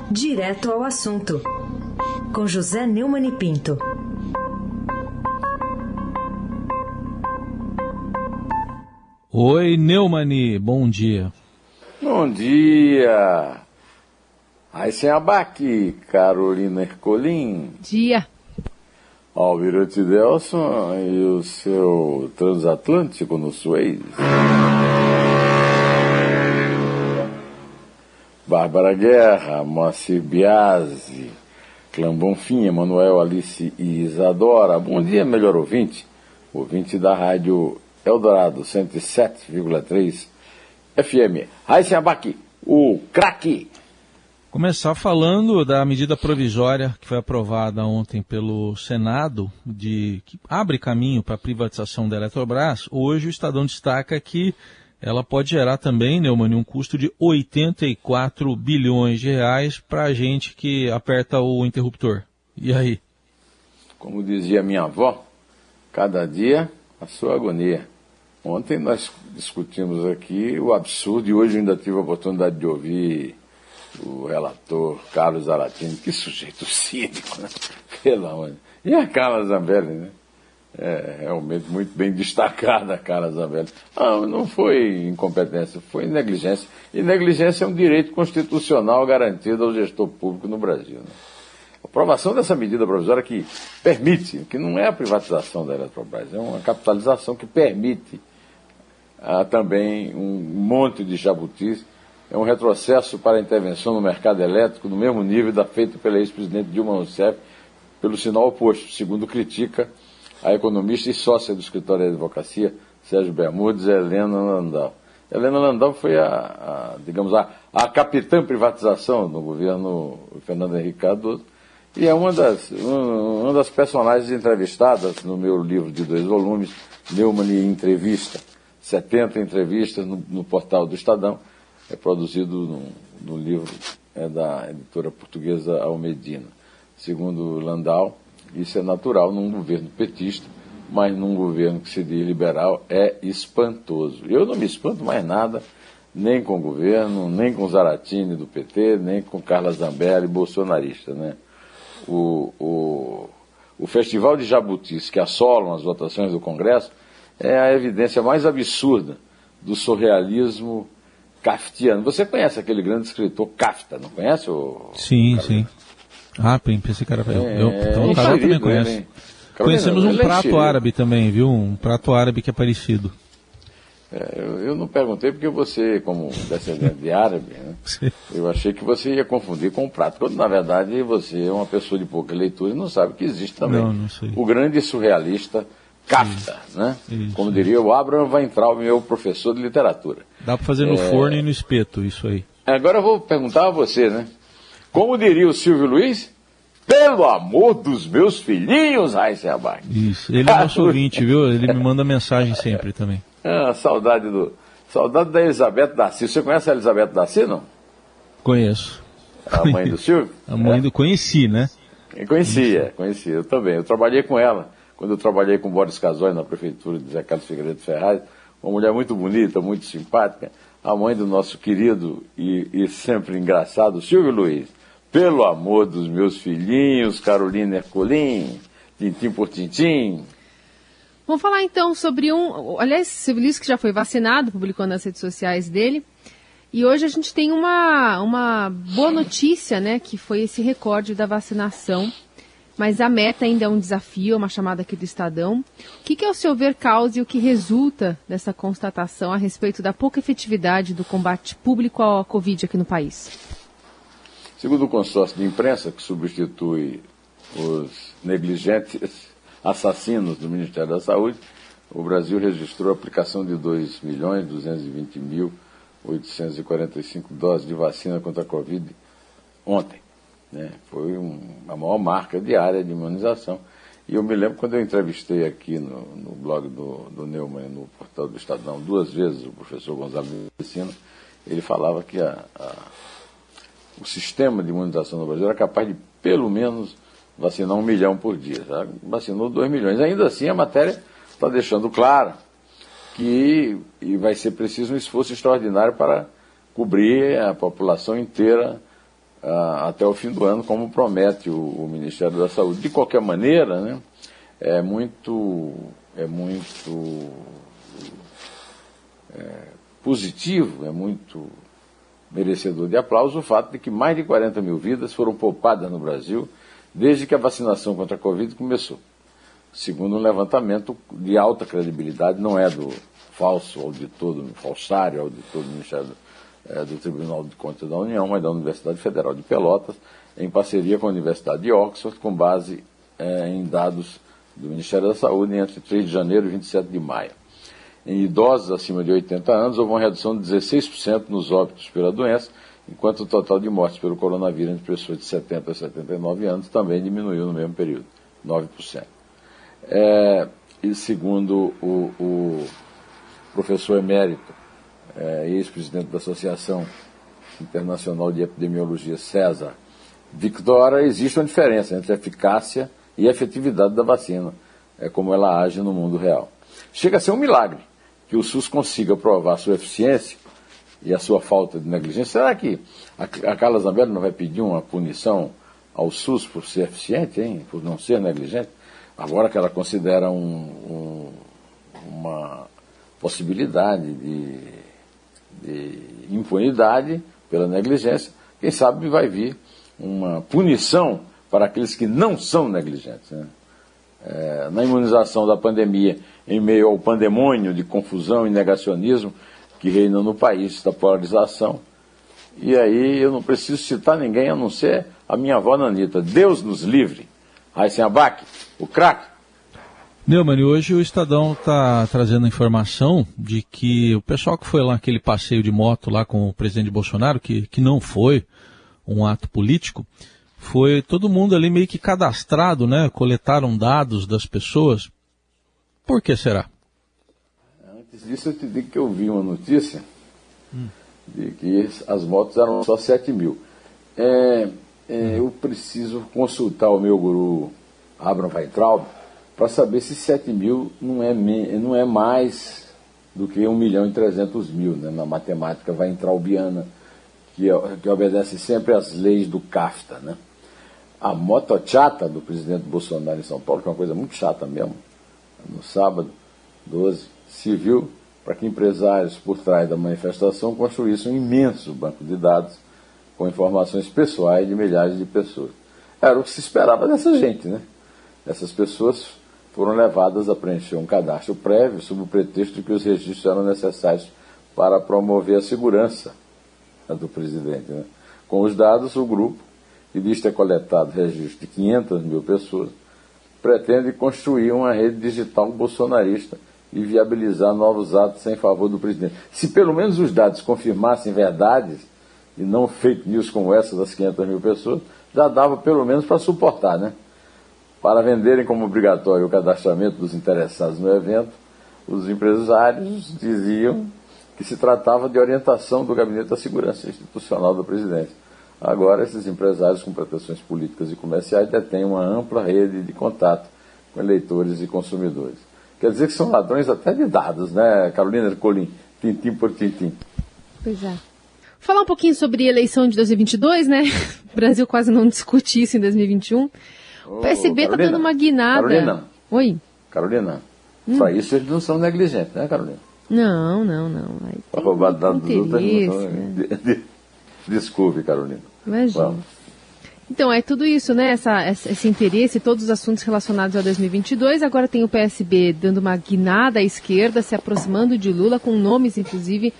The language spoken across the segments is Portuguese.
Direto ao assunto, com José Neumann e Pinto. Oi, Neumann, bom dia. Bom dia. Raíssen Abac, Carolina Ercolim. Dia. Almirante Delson e o seu transatlântico no Suez. Bárbara Guerra, Moacir Biasi, Clã Bonfim, Emanuel, Alice e Isadora. Bom dia, melhor ouvinte da Rádio Eldorado 107,3 FM. Raíssen Abac, o craque. Começar falando da medida provisória que foi aprovada ontem pelo Senado, que abre caminho para a privatização da Eletrobras. Hoje o Estadão destaca que ela pode gerar também, Neumann, um custo de 84 bilhões de reais para a gente que aperta o interruptor. E aí? Como dizia minha avó, cada dia a sua agonia. Ontem nós discutimos aqui o absurdo e hoje eu ainda tive a oportunidade de ouvir o relator Carlos Zaratini. Que sujeito cínico, né? Pelo amor. E a Carla Zambelli, né? Realmente muito bem destacada a Carla Zambelli. Não foi incompetência, foi negligência. E negligência é um direito constitucional garantido ao gestor público no Brasil, né? A aprovação dessa medida provisória que permite, que não é a privatização da Eletrobras, é uma capitalização que permite também um monte de jabutis, é um retrocesso para a intervenção no mercado elétrico no mesmo nível da feita pela ex-presidente Dilma Rousseff, pelo sinal oposto, segundo critica a economista e sócia do escritório de advocacia, Sérgio Bermudes, Helena Landau. Helena Landau foi a capitã privatização no governo Fernando Henrique Cardoso, e é uma das personagens entrevistadas no meu livro de 2 volumes, Neumann Entrevista, 70 entrevistas no portal do Estadão, produzido no livro da editora portuguesa Almedina. Segundo Landau, isso é natural num governo petista, mas num governo que se diz liberal é espantoso. Eu não me espanto mais nada, nem com o governo, nem com Zaratini do PT, nem com Carla Zambelli, bolsonarista, né? O festival de jabutis que assolam as votações do Congresso é a evidência mais absurda do surrealismo kaftiano. Você conhece aquele grande escritor Kafta, não conhece? Sim, sim. Pensei que era... Então o Carol também conhece. Conhecemos um prato árabe também, viu? Um prato árabe que é parecido. Eu não perguntei porque você, como descendente de árabe, né, eu achei que você ia confundir com o prato, quando na verdade você é uma pessoa de pouca leitura e não sabe que existe também não sei. O grande surrealista Kafta, né? Como diria o Abraham Weintraub, meu professor de literatura. Dá para fazer no forno e no espeto, isso aí. Agora eu vou perguntar a você, né? Como diria o Silvio Luiz? Pelo amor dos meus filhinhos, Raíssen Abac. Isso, ele é nosso ouvinte, viu? Ele me manda mensagem sempre também. Saudade da Elizabeth Darcy. Você conhece a Elizabeth Darcy, não? Conheço. A mãe do Silvio? A mãe do... Conheci, né? Conheci, eu também. Eu trabalhei com ela, quando eu trabalhei com Boris Casoy na prefeitura de Zé Carlos Figueiredo Ferraz, uma mulher muito bonita, muito simpática, a mãe do nosso querido e sempre engraçado Silvio Luiz. Pelo amor dos meus filhinhos, Carolina Ercolim, tintim por tintim. Vamos falar então sobre aliás, Silvio Luiz que já foi vacinado, publicou nas redes sociais dele, e hoje a gente tem uma boa notícia, né, que foi esse recorde da vacinação, mas a meta ainda é um desafio, é uma chamada aqui do Estadão. O que ao seu ver causa e o que resulta dessa constatação a respeito da pouca efetividade do combate público à Covid aqui no país? Segundo o consórcio de imprensa, que substitui os negligentes assassinos do Ministério da Saúde, o Brasil registrou a aplicação de 2.220.845 doses de vacina contra a Covid ontem, né? Foi a maior marca diária de imunização. E eu me lembro quando eu entrevistei aqui no blog do Neumann, no portal do Estadão, 2 vezes o professor Gonzalo Medicina, ele falava que o sistema de imunização no Brasil era capaz de, pelo menos, vacinar 1 milhão por dia. Já vacinou 2 milhões. Ainda assim, a matéria está deixando claro que vai ser preciso um esforço extraordinário para cobrir a população inteira até o fim do ano, como promete o Ministério da Saúde. De qualquer maneira, né, é muito positivo, é muito merecedor de aplauso o fato de que mais de 40 mil vidas foram poupadas no Brasil desde que a vacinação contra a Covid começou. Segundo um levantamento de alta credibilidade, não é do falso auditor, do falsário auditor do Ministério do Tribunal de Contas da União, mas da Universidade Federal de Pelotas, em parceria com a Universidade de Oxford, com base em dados do Ministério da Saúde entre 3 de janeiro e 27 de maio. Em idosos acima de 80 anos, houve uma redução de 16% nos óbitos pela doença, enquanto o total de mortes pelo coronavírus entre pessoas de 70 a 79 anos também diminuiu no mesmo período, 9%. E segundo o professor emérito, ex-presidente da Associação Internacional de Epidemiologia, César Victora, existe uma diferença entre a eficácia e a efetividade da vacina, como ela age no mundo real. Chega a ser um milagre que o SUS consiga provar sua eficiência e a sua falta de negligência. Será que a Carla Zambelli não vai pedir uma punição ao SUS por ser eficiente, hein? Por não ser negligente? Agora que ela considera uma possibilidade de impunidade pela negligência, quem sabe vai vir uma punição para aqueles que não são negligentes, né? Na imunização da pandemia, em meio ao pandemônio de confusão e negacionismo que reina no país, da polarização. E aí eu não preciso citar ninguém a não ser a minha avó Nanita. Deus nos livre. Raíssen Abac, o craque. Neumann, hoje o Estadão está trazendo a informação de que o pessoal que foi lá aquele passeio de moto lá com o presidente Bolsonaro, que não foi um ato político, foi todo mundo ali meio que cadastrado, né? Coletaram dados das pessoas. Por que será? Antes disso eu te digo que eu vi uma notícia de que as motos eram só 7 mil. Eu preciso consultar o meu guru Abraham Weintraub para saber se 7 mil não é mais do que 1.300.000, né, na matemática weintraubiana, que obedece sempre às leis do CAFTA, né? A motochata do presidente Bolsonaro em São Paulo, que é uma coisa muito chata mesmo, no sábado 12, se viu para que empresários por trás da manifestação construíssem um imenso banco de dados com informações pessoais de milhares de pessoas. Era o que se esperava dessa gente, né? Essas pessoas foram levadas a preencher um cadastro prévio sob o pretexto de que os registros eram necessários para promover a segurança do presidente, né? Com os dados, o grupo, que diz ter coletado registro de 500 mil pessoas, pretende construir uma rede digital bolsonarista e viabilizar novos atos em favor do presidente. Se pelo menos os dados confirmassem verdades, e não fake news como essa das 500 mil pessoas, já dava pelo menos para suportar, né? Para venderem como obrigatório o cadastramento dos interessados no evento, os empresários diziam que se tratava de orientação do Gabinete da Segurança Institucional do presidente. Agora, esses empresários com pretensões políticas e comerciais detêm uma ampla rede de contato com eleitores e consumidores. Quer dizer que são ladrões até de dados, né, Carolina Ercolim? Tintim por tintim. Pois é. Falar um pouquinho sobre a eleição de 2022, né? O Brasil quase não discute isso em 2021. O PSB está dando uma guinada. Carolina. Oi. Carolina, para isso eles não são negligentes, né, Carolina? Não. Para roubar dados dos outros, né? Desculpe, Carolina. Imagina. Vamos. Então, é tudo isso, né? Esse interesse, todos os assuntos relacionados a 2022. Agora tem o PSB dando uma guinada à esquerda, se aproximando de Lula, com nomes, inclusive,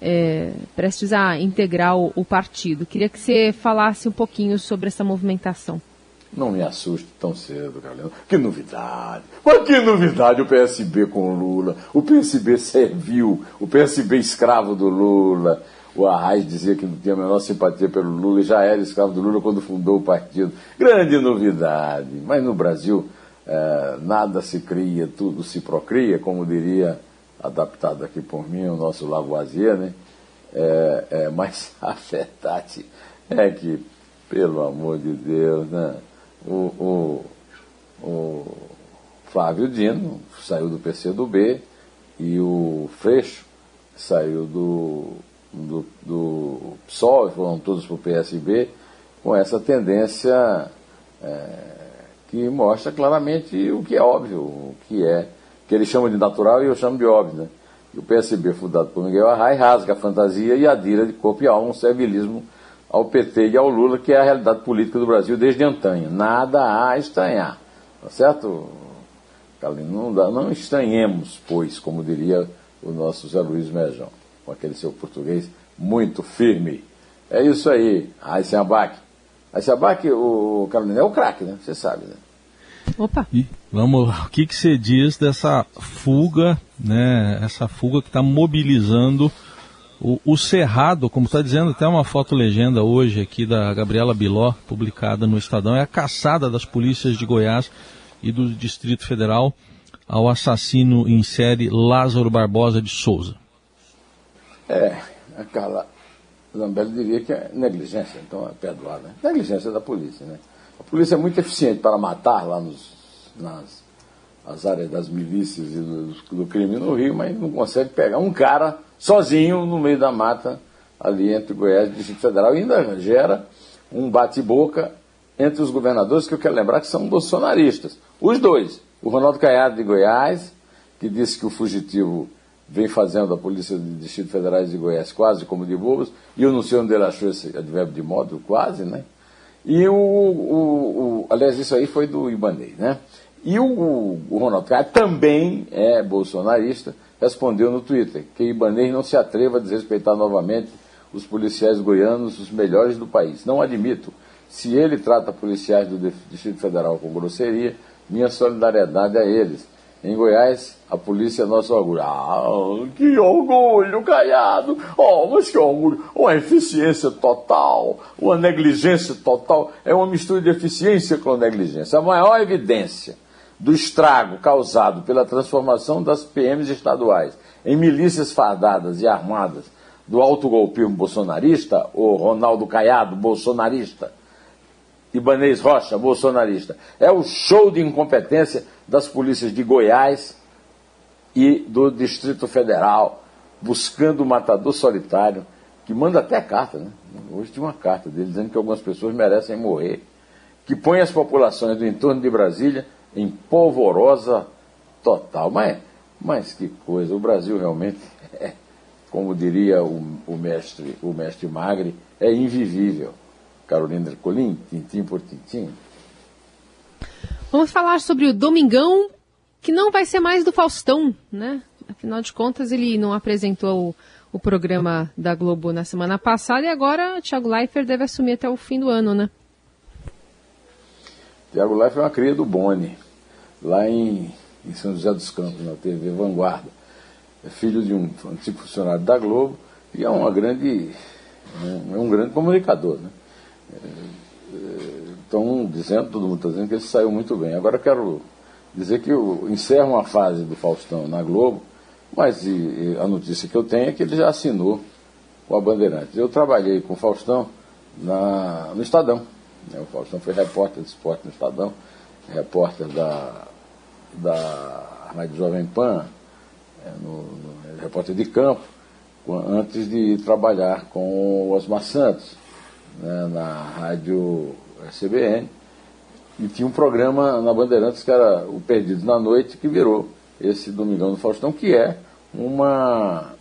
prestes a integrar o partido. Queria que você falasse um pouquinho sobre essa movimentação. Não me assuste tão cedo, Carolina. Que novidade! Mas que novidade o PSB com o Lula. O PSB servil, o PSB escravo do Lula. O Arraes dizia que não tinha a menor simpatia pelo Lula e já era escravo do Lula quando fundou o partido. Grande novidade. Mas no Brasil, nada se cria, tudo se procria, como diria, adaptado aqui por mim, o nosso Lavoisier, né? Mas a verdade é que, pelo amor de Deus, né? O Flávio Dino saiu do PCdoB e o Freixo saiu do PSOL, foram todos para o PSB, com essa tendência que mostra claramente o que é óbvio, o que ele chama de natural e eu chamo de óbvio, né? E o PSB, fundado por Miguel Arraes, rasga a fantasia e adira de corpo e alma um servilismo ao PT e ao Lula, que é a realidade política do Brasil desde antanho. Nada a estranhar, tá certo, Carolina? Não estranhemos, pois, como diria o nosso Zé Luiz Mejão, com aquele seu português muito firme. É isso aí, Raíssa Abac. Raíssa Abac, o Carolina, é o craque, né? Você sabe, né? Opa! E vamos lá, o que você diz dessa fuga, né? Essa fuga que está mobilizando o Cerrado, como está dizendo até uma foto-legenda hoje aqui da Gabriela Biló, publicada no Estadão, é a caçada das polícias de Goiás e do Distrito Federal ao assassino em série Lázaro Barbosa de Souza. A Carla Zambelli diria que é negligência, então é perdoar, né? Negligência da polícia, né? A polícia é muito eficiente para matar lá nas áreas das milícias e do crime no Rio, mas não consegue pegar um cara sozinho no meio da mata ali entre Goiás e o Distrito Federal, e ainda gera um bate-boca entre os governadores, que eu quero lembrar que são bolsonaristas. Os dois, o Ronaldo Caiado de Goiás, que disse que o fugitivo vem fazendo a Polícia do Distrito Federal de Goiás quase como de bobos, e eu não sei onde ele achou esse advérbio de modo, quase, né? E aliás, isso aí foi do Ibanez, né? E o Ronaldo Caiado também é bolsonarista, respondeu no Twitter que Ibanez não se atreva a desrespeitar novamente os policiais goianos, os melhores do país. Não admito. Se ele trata policiais do Distrito Federal com grosseria, minha solidariedade a eles. Em Goiás, a polícia é nosso orgulho. Que orgulho, Caiado! Mas que orgulho! Uma eficiência total, uma negligência total. É uma mistura de eficiência com negligência. A maior evidência do estrago causado pela transformação das PMs estaduais em milícias fardadas e armadas do autogolpismo bolsonarista, o Ronaldo Caiado, bolsonarista, Ibanez Rocha, bolsonarista, é o show de incompetência das polícias de Goiás e do Distrito Federal, buscando o matador solitário, que manda até carta, né? Hoje tinha uma carta dele dizendo que algumas pessoas merecem morrer, que põe as populações do entorno de Brasília em polvorosa total. Mas que coisa, o Brasil realmente é, como diria o mestre Magri, é invivível. Carolina Ercolim, tintim por tintim. Vamos falar sobre o Domingão, que não vai ser mais do Faustão, né? Afinal de contas, ele não apresentou o programa da Globo na semana passada e agora o Thiago Leifert deve assumir até o fim do ano, né? Thiago Leifert é uma cria do Boni, lá em São José dos Campos, na TV Vanguarda. É filho de um antigo funcionário da Globo e é um grande comunicador, né? Estão dizendo, todo mundo está dizendo que ele saiu muito bem. Agora eu quero dizer que eu encerro uma fase do Faustão na Globo, mas a notícia que eu tenho é que ele já assinou com a Bandeirantes. Eu trabalhei com o Faustão no Estadão. O Faustão foi repórter de esporte no Estadão, repórter da Rádio Jovem Pan, repórter de campo, antes de trabalhar com o Osmar Santos, né, na Rádio CBN, e tinha um programa na Bandeirantes que era o Perdido na Noite, que virou esse Domingão do Faustão, que é uma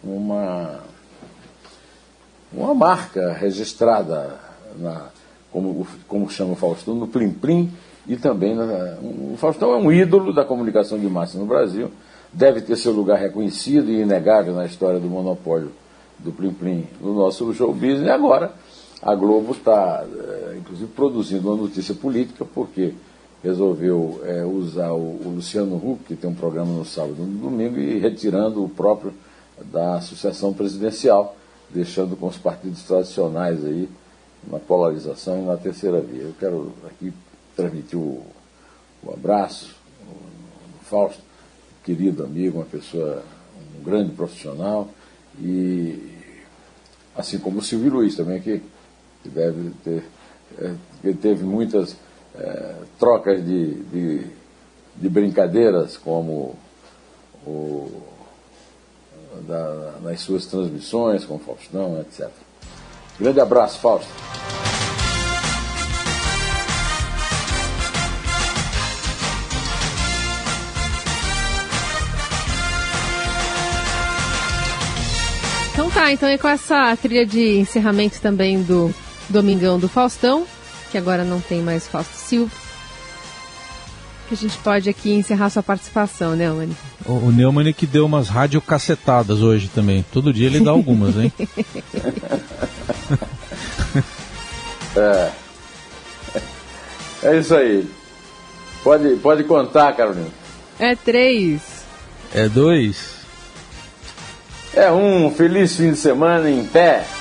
marca registrada, como chama o Faustão, no Plim Plim, e também o Faustão é um ídolo da comunicação de massa no Brasil, deve ter seu lugar reconhecido e inegável na história do monopólio do Plim Plim no nosso show business. E agora a Globo está, inclusive, produzindo uma notícia política, porque resolveu usar o Luciano Huck, que tem um programa no sábado e no domingo, e retirando o próprio da sucessão presidencial, deixando com os partidos tradicionais aí na polarização e na terceira via. Eu quero aqui transmitir o abraço do Fausto, querido amigo, uma pessoa, um grande profissional, e assim como o Silvio Luiz também, que deve ter, que teve muitas trocas de brincadeiras, como nas suas transmissões com o Faustão, etc. Grande abraço, Fausto. Então tá, então é com essa trilha de encerramento também do Domingão do Faustão, que agora não tem mais Fausto Silva, que a gente pode aqui encerrar sua participação, né, Neumann? O Neumann que deu umas radiocacetadas hoje também. Todo dia ele dá algumas, hein? É isso aí. Pode contar, Carolina. É 3. É 2. É um feliz fim de semana em pé.